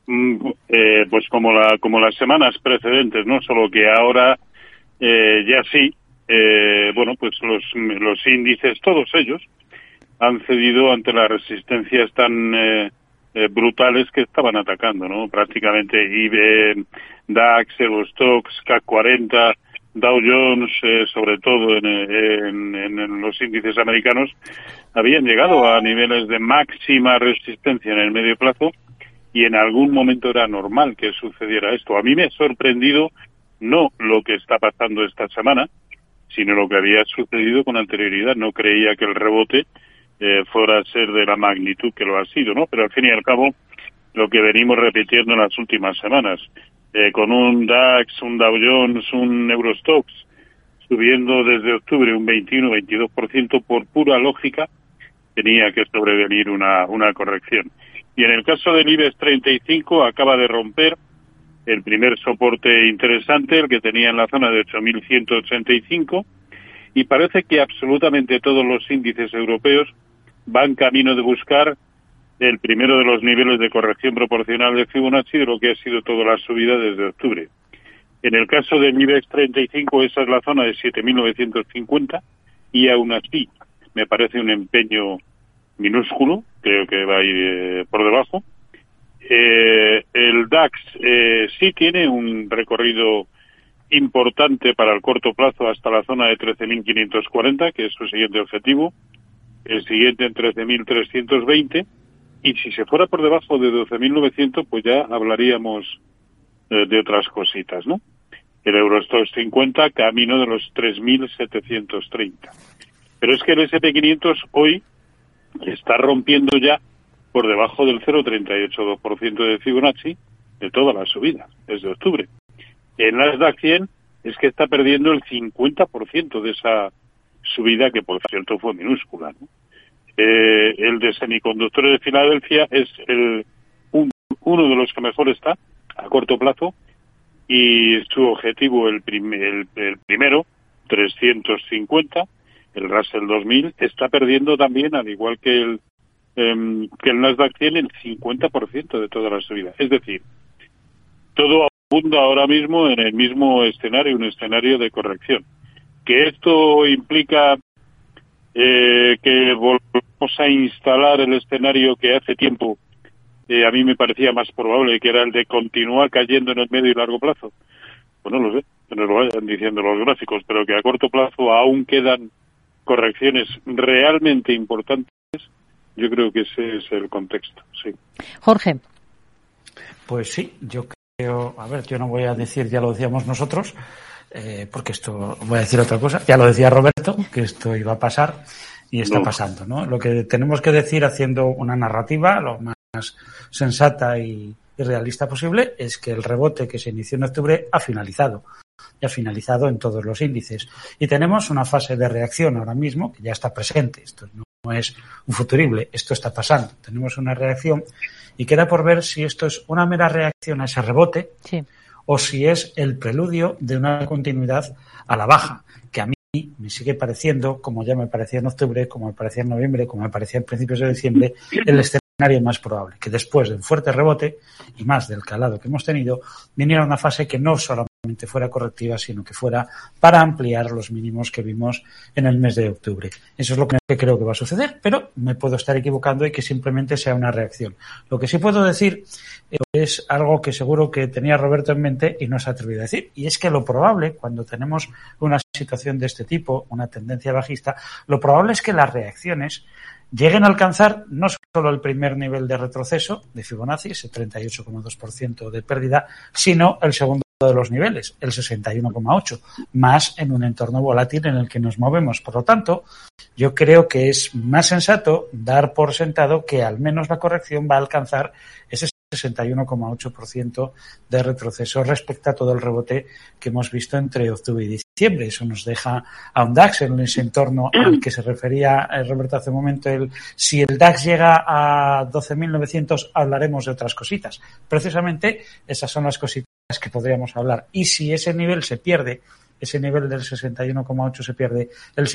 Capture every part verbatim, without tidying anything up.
eh, pues como la como las semanas precedentes, ¿no? Solo que ahora eh, ya sí, eh, bueno, pues los los índices, todos ellos, han cedido ante las resistencias tan eh, eh, brutales que estaban atacando, ¿no? Prácticamente I B M, DAX, Eurostoxx, C A C cuarenta, Dow Jones, eh, sobre todo en, en, en los índices americanos, habían llegado a niveles de máxima resistencia en el medio plazo, y en algún momento era normal que sucediera esto. A mí me ha sorprendido no lo que está pasando esta semana, sino lo que había sucedido con anterioridad. No creía que el rebote eh, fuera a ser de la magnitud que lo ha sido, ¿no? Pero al fin y al cabo, lo que venimos repitiendo en las últimas semanas, eh, con un DAX, un Dow Jones, un Eurostoxx subiendo desde octubre un veintiuno veintidós por ciento, por pura lógica, tenía que sobrevenir una, una corrección. Y en el caso del IBEX treinta y cinco, acaba de romper el primer soporte interesante, el que tenía en la zona de ocho mil ciento ochenta y cinco, y parece que absolutamente todos los índices europeos van camino de buscar el primero de los niveles de corrección proporcional de Fibonacci de lo que ha sido toda la subida desde octubre. En el caso del IBEX treinta y cinco, esa es la zona de siete mil novecientos cincuenta, y aún así me parece un empeño minúsculo, creo que va a ir eh, por debajo. Eh, el DAX eh, sí tiene un recorrido importante para el corto plazo hasta la zona de trece mil quinientos cuarenta, que es su siguiente objetivo, el siguiente en trece mil trescientos veinte, y si se fuera por debajo de doce mil novecientos, pues ya hablaríamos eh, de otras cositas, ¿no? El Eurostoxx cincuenta camino de los tres mil setecientos treinta. Pero es que el ese and pe quinientos hoy está rompiendo ya por debajo del cero coma treinta y ocho dos por ciento de Fibonacci de toda la subida desde octubre. El Nasdaq cien es que está perdiendo el cincuenta por ciento de esa subida, que por cierto fue minúscula, ¿no? Eh, el de semiconductores de Filadelfia es el un, uno de los que mejor está a corto plazo, y su objetivo, el, prim, el, el primero, trescientos cincuenta, el Russell dos mil, está perdiendo también, al igual que el eh, que el Nasdaq cien, el cincuenta por ciento de toda la subida. Es decir, todo abunda ahora mismo en el mismo escenario, un escenario de corrección. Que esto implica eh, que volvamos a instalar el escenario que hace tiempo eh, a mí me parecía más probable, que era el de continuar cayendo en el medio y largo plazo. Pues no lo sé, que nos lo vayan diciendo los gráficos, pero que a corto plazo aún quedan correcciones realmente importantes. Yo creo que ese es el contexto, sí. Jorge. Pues sí, yo creo, a ver, yo no voy a decir, ya lo decíamos nosotros, eh, porque esto, voy a decir otra cosa, ya lo decía Roberto, que esto iba a pasar y está no. pasando, ¿no? Lo que tenemos que decir, haciendo una narrativa lo más sensata y, y realista posible, es que el rebote que se inició en octubre ha finalizado. Ya ha finalizado en todos los índices. Y tenemos una fase de reacción ahora mismo que ya está presente. Esto no es un futurible, esto está pasando. Tenemos una reacción y queda por ver si esto es una mera reacción a ese rebote, sí, o si es el preludio de una continuidad a la baja, que a mí me sigue pareciendo, como ya me parecía en octubre, como me parecía en noviembre, como me parecía en principios de diciembre, el escenario más probable, que después de un fuerte rebote y más del calado que hemos tenido, viniera una fase que no solamente fuera correctiva, sino que fuera para ampliar los mínimos que vimos en el mes de octubre. Eso es lo que creo que va a suceder, pero me puedo estar equivocando y que simplemente sea una reacción. Lo que sí puedo decir es algo que seguro que tenía Roberto en mente y no se ha atrevido a decir, y es que lo probable, cuando tenemos una situación de este tipo, una tendencia bajista, lo probable es que las reacciones lleguen a alcanzar no solo el primer nivel de retroceso de Fibonacci, ese treinta y ocho coma dos por ciento de pérdida, sino el segundo de los niveles, el sesenta y uno coma ocho, más en un entorno volátil en el que nos movemos. Por lo tanto, yo creo que es más sensato dar por sentado que al menos la corrección va a alcanzar ese sesenta y uno coma ocho por ciento de retroceso respecto a todo el rebote que hemos visto entre octubre y diciembre. Eso nos deja a un DAX en ese entorno al que se refería Roberto hace un momento. El, si el DAX llega a doce mil novecientos, hablaremos de otras cositas. Precisamente esas son las cositas que podríamos hablar. Y si ese nivel se pierde, ese nivel del sesenta y uno coma ocho se pierde, el siguiente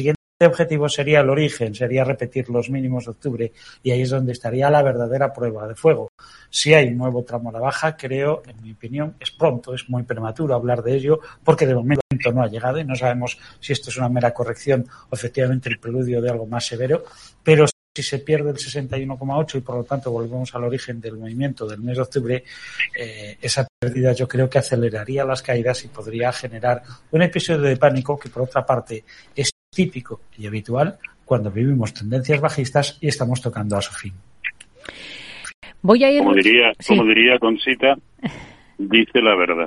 este objetivo sería el origen, sería repetir los mínimos de octubre, y ahí es donde estaría la verdadera prueba de fuego. Si hay un nuevo tramo a la baja, creo, en mi opinión, es pronto, es muy prematuro hablar de ello, porque de momento no ha llegado y no sabemos si esto es una mera corrección o efectivamente el preludio de algo más severo, pero si se pierde el sesenta y uno coma ocho y por lo tanto volvemos al origen del movimiento del mes de octubre, eh, esa pérdida yo creo que aceleraría las caídas y podría generar un episodio de pánico que por otra parte es típico y habitual cuando vivimos tendencias bajistas y estamos tocando a su fin. Voy a ir... Como diría, sí. como diría Conchita, dice la verdad.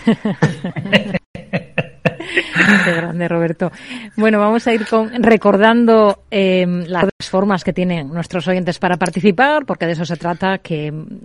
Qué grande, Roberto. Bueno, vamos a ir con, recordando eh, las formas que tienen nuestros oyentes para participar, porque de eso se trata, que